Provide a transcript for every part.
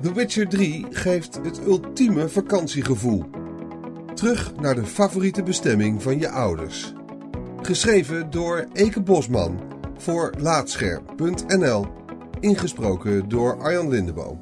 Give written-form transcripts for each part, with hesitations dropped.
The Witcher 3 geeft het ultieme vakantiegevoel. Terug naar de favoriete bestemming van je ouders. Geschreven door Eke Bosman voor Laatscherm.nl. Ingesproken door Arjan Lindeboom.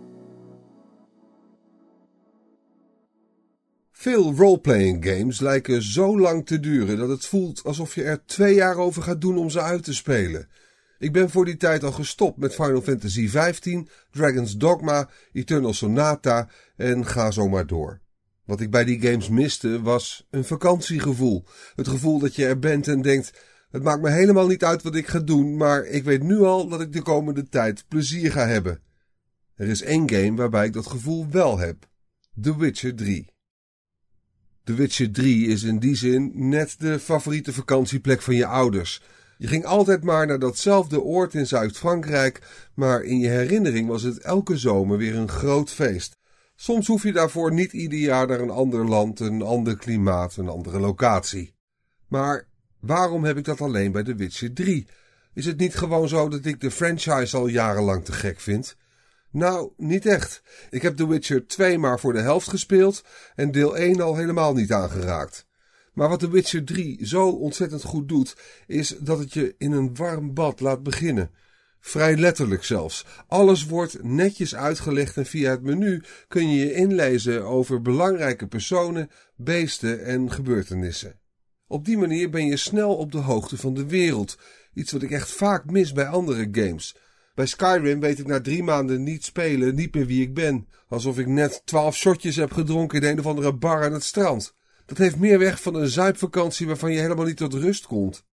Veel roleplaying games lijken zo lang te duren dat het voelt alsof je er 2 jaar over gaat doen om ze uit te spelen. Ik ben voor die tijd al gestopt met Final Fantasy XV, Dragon's Dogma, Eternal Sonata en ga zo maar door. Wat ik bij die games miste was een vakantiegevoel. Het gevoel dat je er bent en denkt, het maakt me helemaal niet uit wat ik ga doen, maar ik weet nu al dat ik de komende tijd plezier ga hebben. Er is 1 game waarbij ik dat gevoel wel heb. The Witcher 3. The Witcher 3 is in die zin net de favoriete vakantieplek van je ouders. Je ging altijd maar naar datzelfde oord in Zuid-Frankrijk, maar in je herinnering was het elke zomer weer een groot feest. Soms hoef je daarvoor niet ieder jaar naar een ander land, een ander klimaat, een andere locatie. Maar waarom heb ik dat alleen bij The Witcher 3? Is het niet gewoon zo dat ik de franchise al jarenlang te gek vind? Nou, niet echt. Ik heb The Witcher 2 maar voor de helft gespeeld en deel 1 al helemaal niet aangeraakt. Maar wat The Witcher 3 zo ontzettend goed doet, is dat het je in een warm bad laat beginnen. Vrij letterlijk zelfs. Alles wordt netjes uitgelegd en via het menu kun je je inlezen over belangrijke personen, beesten en gebeurtenissen. Op die manier ben je snel op de hoogte van de wereld. Iets wat ik echt vaak mis bij andere games. Bij Skyrim weet ik na 3 maanden niet spelen niet meer wie ik ben. Alsof ik net 12 shotjes heb gedronken in een of andere bar aan het strand. Dat heeft meer weg van een zuipvakantie waarvan je helemaal niet tot rust komt.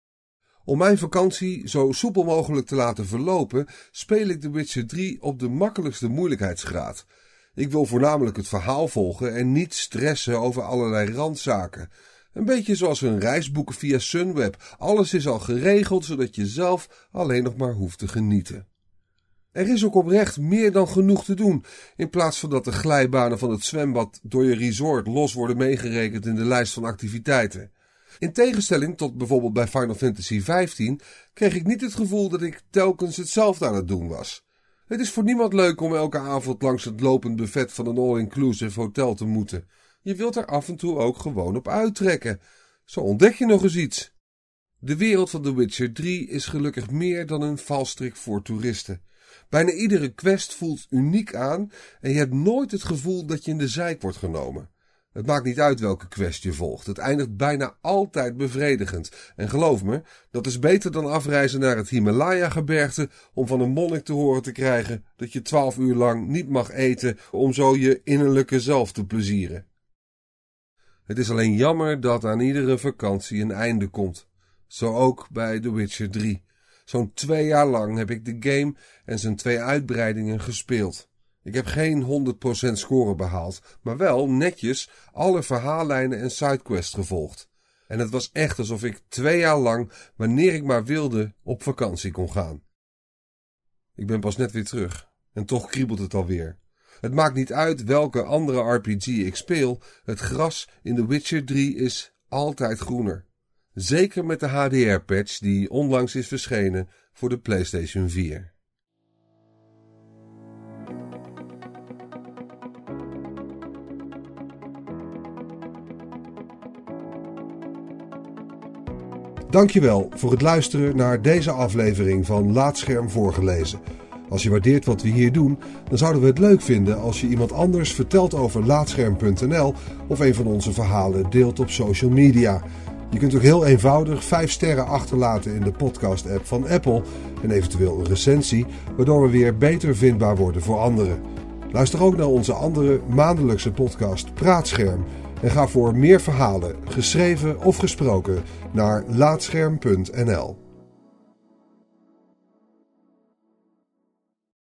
Om mijn vakantie zo soepel mogelijk te laten verlopen, speel ik The Witcher 3 op de makkelijkste moeilijkheidsgraad. Ik wil voornamelijk het verhaal volgen en niet stressen over allerlei randzaken. Een beetje zoals een reis boeken via Sunweb. Alles is al geregeld, zodat je zelf alleen nog maar hoeft te genieten. Er is ook oprecht meer dan genoeg te doen, in plaats van dat de glijbanen van het zwembad door je resort los worden meegerekend in de lijst van activiteiten. In tegenstelling tot bijvoorbeeld bij Final Fantasy XV kreeg ik niet het gevoel dat ik telkens hetzelfde aan het doen was. Het is voor niemand leuk om elke avond langs het lopend buffet van een all-inclusive hotel te moeten. Je wilt er af en toe ook gewoon op uittrekken. Zo ontdek je nog eens iets. De wereld van The Witcher 3 is gelukkig meer dan een valstrik voor toeristen. Bijna iedere quest voelt uniek aan en je hebt nooit het gevoel dat je in de zijk wordt genomen. Het maakt niet uit welke quest je volgt. Het eindigt bijna altijd bevredigend. En geloof me, dat is beter dan afreizen naar het Himalaya-gebergte om van een monnik te horen te krijgen dat je 12 uur lang niet mag eten om zo je innerlijke zelf te plezieren. Het is alleen jammer dat aan iedere vakantie een einde komt. Zo ook bij The Witcher 3. Zo'n 2 jaar lang heb ik de game en zijn 2 uitbreidingen gespeeld. Ik heb geen 100% score behaald, maar wel netjes alle verhaallijnen en sidequests gevolgd. En het was echt alsof ik 2 jaar lang, wanneer ik maar wilde, op vakantie kon gaan. Ik ben pas net weer terug en toch kriebelt het alweer. Het maakt niet uit welke andere RPG ik speel, het gras in The Witcher 3 is altijd groener. Zeker met de HDR-patch die onlangs is verschenen voor de PlayStation 4. Dankjewel voor het luisteren naar deze aflevering van Laatscherm voorgelezen. Als je waardeert wat we hier doen, dan zouden we het leuk vinden als je iemand anders vertelt over Laatscherm.nl of een van onze verhalen deelt op social media. Je kunt ook heel eenvoudig 5 sterren achterlaten in de podcast-app van Apple en eventueel een recensie, waardoor we weer beter vindbaar worden voor anderen. Luister ook naar onze andere maandelijkse podcast Praatscherm en ga voor meer verhalen, geschreven of gesproken, naar Laatscherm.nl.